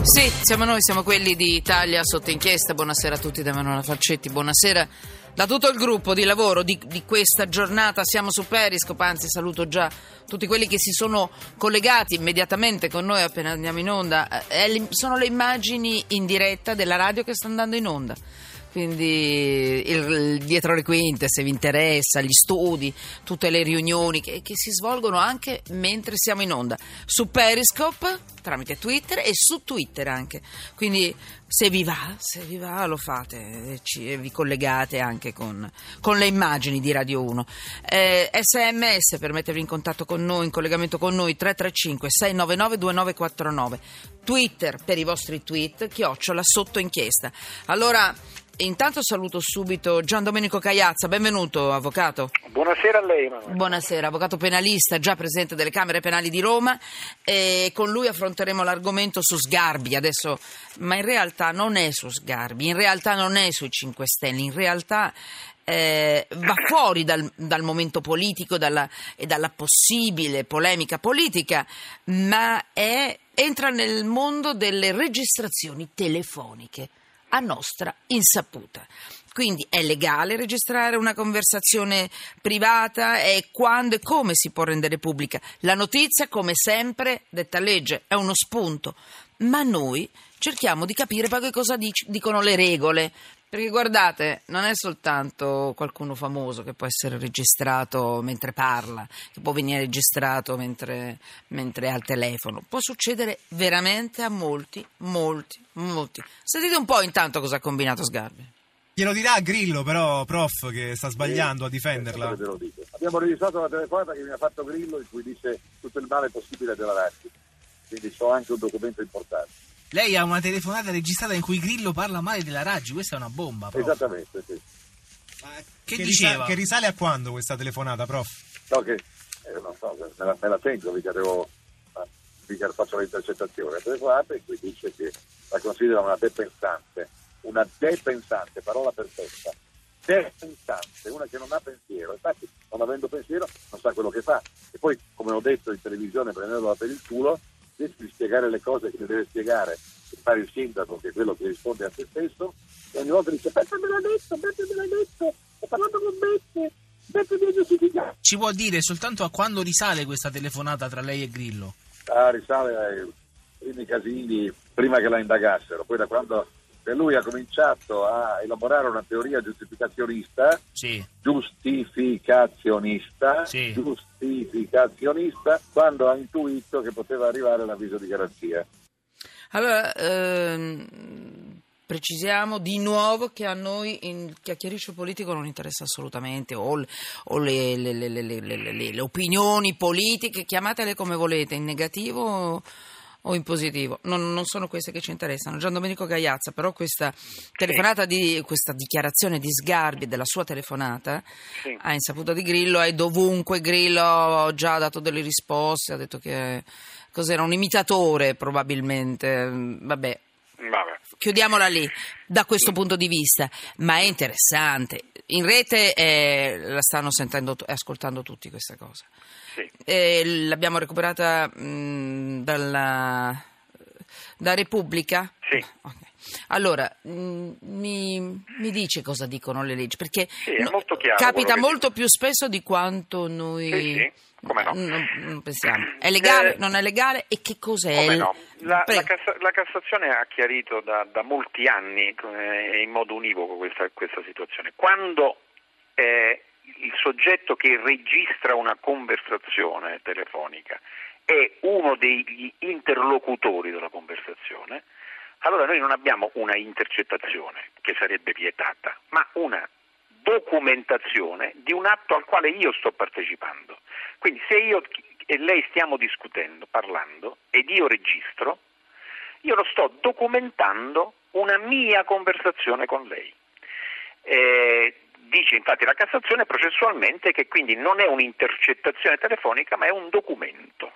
Sì, siamo noi, siamo quelli di Italia sotto inchiesta. Buonasera a tutti da Manuela Falcetti, buonasera da tutto il gruppo di lavoro di questa giornata. Siamo su Periscope, anzi saluto già tutti quelli che si sono collegati immediatamente con noi appena andiamo in onda. Sono le immagini in diretta della radio che sta andando in onda. Quindi dietro le quinte, se vi interessa, gli studi, tutte le riunioni che si svolgono anche mentre siamo in onda su Periscope tramite Twitter e su Twitter anche. Quindi se vi va lo fate e vi collegate anche con le immagini di Radio 1. SMS per mettervi in contatto con noi, in collegamento con noi, 335 699 2949. Twitter per i vostri tweet, @ sotto inchiesta. Allora, intanto saluto subito Gian Domenico Cagliazza, benvenuto avvocato. Buonasera a lei, Manuel. Buonasera, avvocato penalista, già presidente delle Camere Penali di Roma, e con lui affronteremo l'argomento su Sgarbi adesso, ma in realtà non è su Sgarbi, in realtà non è sui 5 Stelle, in realtà va fuori dal momento politico e dalla possibile polemica politica, ma entra nel mondo delle registrazioni telefoniche a nostra insaputa. Quindi è legale registrare una conversazione privata e quando e come si può rendere pubblica? La notizia, come sempre, detta legge, è uno spunto, ma noi cerchiamo di capire poi che cosa dicono le regole. Perché guardate, non è soltanto qualcuno famoso che può essere registrato mentre parla, che può venire registrato mentre è al telefono. Può succedere veramente a molti. Sentite un po' intanto cosa ha combinato Sgarbi. Glielo dirà Grillo però, prof, che sta sbagliando a difenderla. Abbiamo registrato una telefonata che mi ha fatto Grillo in cui dice tutto il male possibile della RAI. Quindi so anche un documento importante. Lei ha una telefonata registrata in cui Grillo parla male della Raggi, questa è una bomba, prof. Esattamente, sì. Che diceva? Che risale a quando questa telefonata, prof? No, che non so, me la tengo, mica faccio l'intercettazione. La telefonata in cui dice che la considera una depensante, parola perfetta. Depensante, una che non ha pensiero. Infatti, non avendo pensiero, non sa quello che fa. E poi, come ho detto in televisione, prendendola per il culo, invece di spiegare le cose che deve spiegare e fare il sindaco, che è quello che risponde a se stesso, e ogni volta dice Beppe me l'ha detto, ho parlato con Beppe mi ha giustificato. Ci può dire soltanto a quando risale questa telefonata tra lei e Grillo? Risale ai primi casini, prima che la indagassero, poi da quando lui ha cominciato a elaborare una teoria giustificazionista, sì. Giustificazionista, quando ha intuito che poteva arrivare l'avviso di garanzia. Allora, precisiamo di nuovo che a noi in chiacchiericcio politico non interessa assolutamente o le opinioni politiche, chiamatele come volete, in negativo o in positivo, non sono queste che ci interessano. Gian Domenico Cagliazza, però questa telefonata questa dichiarazione di Sgarbi della sua telefonata a insaputa di Grillo è dovunque. Grillo ha già dato delle risposte, ha detto che cos'era un imitatore probabilmente, vabbè. Chiudiamola lì da questo punto di vista, ma è interessante. In rete la stanno sentendo e ascoltando tutti questa cosa. L'abbiamo recuperata da Repubblica? Sì. Okay. Allora, mi dice cosa dicono le leggi? Perché è molto chiaro, capita molto più spesso di quanto noi... Sì. Come no? Non pensiamo. È legale? Non è legale? E che cos'è? Come no? La Cassazione ha chiarito da molti anni in modo univoco questa situazione. Quando il soggetto che registra una conversazione telefonica è uno degli interlocutori della conversazione, allora noi non abbiamo una intercettazione che sarebbe vietata, ma una documentazione di un atto al quale io sto partecipando. Quindi se io e lei stiamo discutendo, parlando, ed io registro, io lo sto documentando una mia conversazione con lei. Dice infatti la Cassazione processualmente che quindi non è un'intercettazione telefonica ma è un documento.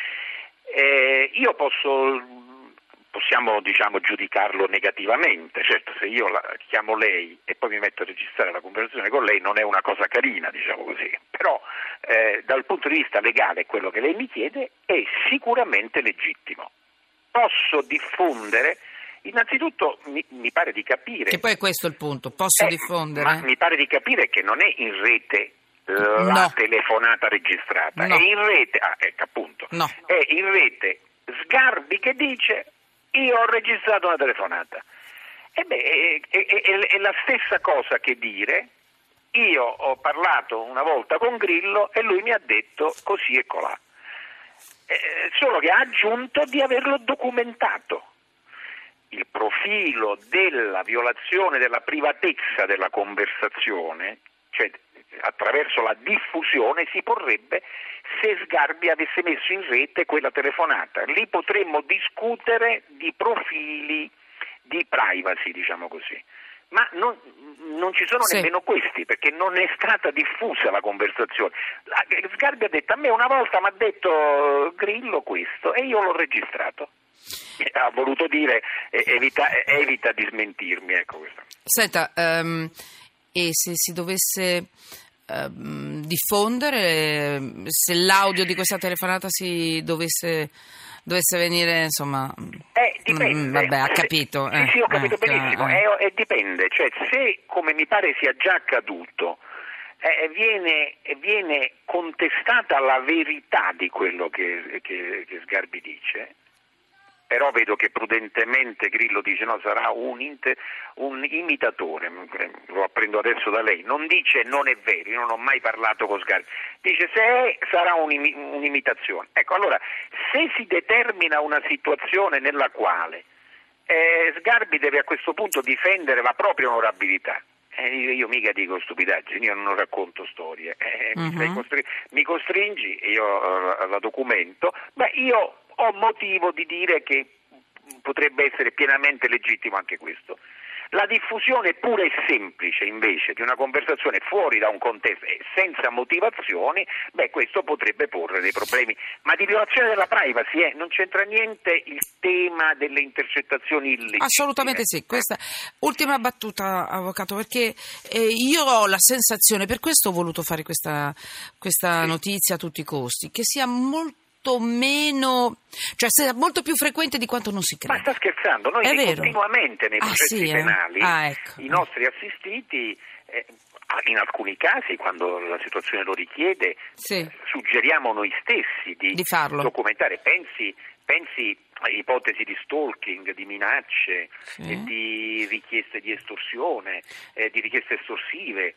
Possiamo giudicarlo negativamente. Certo, se io chiamo lei e poi mi metto a registrare la conversazione con lei non è una cosa carina, diciamo così, però dal punto di vista legale quello che lei mi chiede è sicuramente legittimo. posso diffondere. Innanzitutto mi pare di capire... Che poi è questo il punto, posso diffondere? Ma mi pare di capire che non è in rete la telefonata registrata, no. È in rete, appunto, no. È in rete Sgarbi che dice io ho registrato una telefonata. È la stessa cosa che dire io ho parlato una volta con Grillo e lui mi ha detto così e colà. Solo che ha aggiunto di averlo documentato. Il profilo della violazione della privatezza della conversazione, cioè attraverso la diffusione, si porrebbe se Sgarbi avesse messo in rete quella telefonata. Lì potremmo discutere di profili di privacy, diciamo così. Ma non ci sono nemmeno questi, perché non è stata diffusa la conversazione. Sgarbi ha detto: a me una volta mi ha detto Grillo questo e io l'ho registrato. Ha voluto dire evita di smentirmi, ecco questo. Senta, e se si dovesse diffondere, se l'audio di questa telefonata si dovesse venire, insomma, dipende. Vabbè, ha capito. Sì, ho capito benissimo. Dipende, cioè se, come mi pare sia già accaduto, viene contestata la verità di quello che Sgarbi dice. Però vedo che prudentemente Grillo dice no, sarà un imitatore, lo apprendo adesso da lei, non dice non è vero, io non ho mai parlato con Sgarbi, dice sarà un'imitazione. Ecco, allora, se si determina una situazione nella quale Sgarbi deve a questo punto difendere la propria onorabilità, io mica dico stupidaggini, io non racconto storie, mi costringi e io la documento, io ho motivo di dire che potrebbe essere pienamente legittimo anche questo. La diffusione pura e semplice invece di una conversazione fuori da un contesto e senza motivazioni, questo potrebbe porre dei problemi, ma di violazione della privacy non c'entra niente il tema delle intercettazioni illecite. Assolutamente sì, questa ultima battuta, avvocato, perché io ho la sensazione, per questo ho voluto fare questa notizia a tutti i costi, che sia molto meno, cioè sia molto più frequente di quanto non si crede. Ma sta scherzando? Noi continuamente nei processi penali ecco. I nostri assistiti in alcuni casi, quando la situazione lo richiede, suggeriamo noi stessi di farlo, documentare. Pensi a ipotesi di stalking, di minacce, di richieste di estorsione, di richieste estorsive,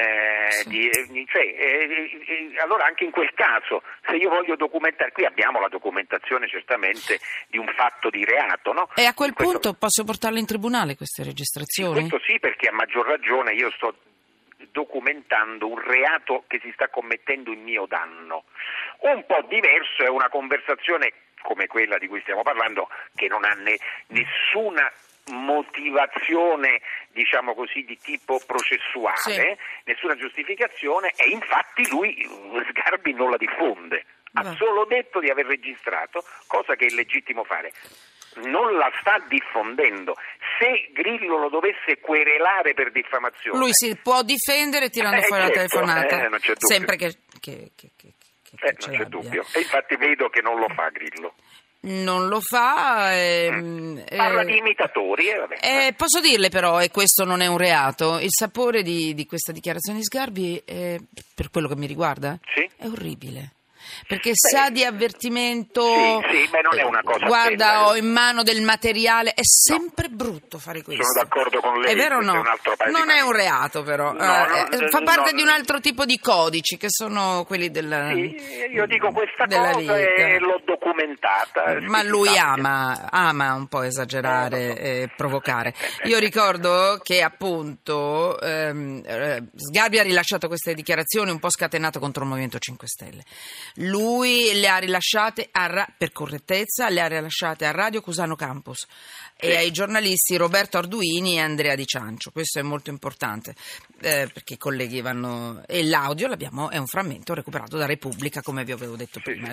allora anche in quel caso, se io voglio documentare, qui abbiamo la documentazione certamente di un fatto di reato, no? E a quel punto posso portarle in tribunale queste registrazioni? Questo sì, perché a maggior ragione io sto documentando un reato che si sta commettendo in mio danno. Un po' diverso è una conversazione come quella di cui stiamo parlando, che non ha nessuna motivazione, diciamo così, di tipo processuale, nessuna giustificazione, e infatti Sgarbi non la diffonde. Ha solo detto di aver registrato, cosa che è legittimo fare. Non la sta diffondendo. Se Grillo lo dovesse querelare per diffamazione, lui si può difendere tirando fuori la telefonata, non c'è dubbio. sempre che non c'è dubbio. E infatti vedo che non lo fa Grillo. Non lo fa. Parla di imitatori. Posso dirle però, e questo non è un reato, il sapore di questa dichiarazione di Sgarbi, per quello che mi riguarda, è orribile. Perché sa di avvertimento, non è una cosa guarda, bella. Ho in mano del materiale, è sempre brutto fare questo. Sono d'accordo con lei. È vero o no? Non è un reato però, fa parte di un altro tipo di codici che sono quelli della io dico questa cosa vita. E l'ho documentata. Ma lui ama un po' esagerare e provocare. Io ricordo che appunto Sgarbi ha rilasciato queste dichiarazioni un po' scatenato contro il Movimento 5 Stelle. Lui le ha rilasciate per correttezza, le ha rilasciate a Radio Cusano Campus e ai giornalisti Roberto Arduini e Andrea Di Ciancio. Questo è molto importante perché i colleghi vanno, e l'audio è un frammento recuperato da Repubblica, come vi avevo detto prima.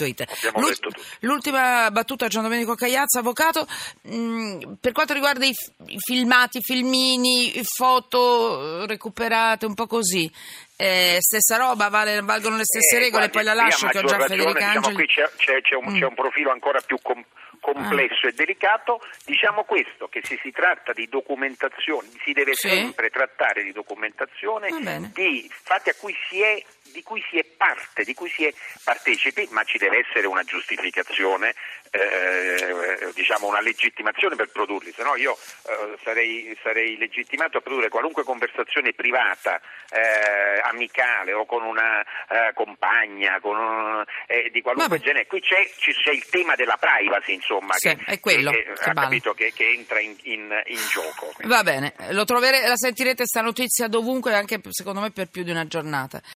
L'ultima battuta a Gian Domenico Cagliazza, avvocato, per quanto riguarda i filmati, filmini, foto recuperate, un po' così. Stessa roba, valgono le stesse regole, poi la lascio che ho già Federica Angeli. Diciamo, qui c'è un profilo ancora più complesso e delicato. Diciamo questo, che se si tratta di documentazione, si deve sempre trattare di documentazione di fatti di cui si è parte, di cui si è partecipi, ma ci deve essere una giustificazione, una legittimazione per produrli, se no io sarei legittimato a produrre qualunque conversazione privata, amicale o con una compagna, di qualunque genere. Qui c'è il tema della privacy, insomma, è quello che entra in gioco. Va bene, la sentirete sta notizia dovunque, anche secondo me per più di una giornata.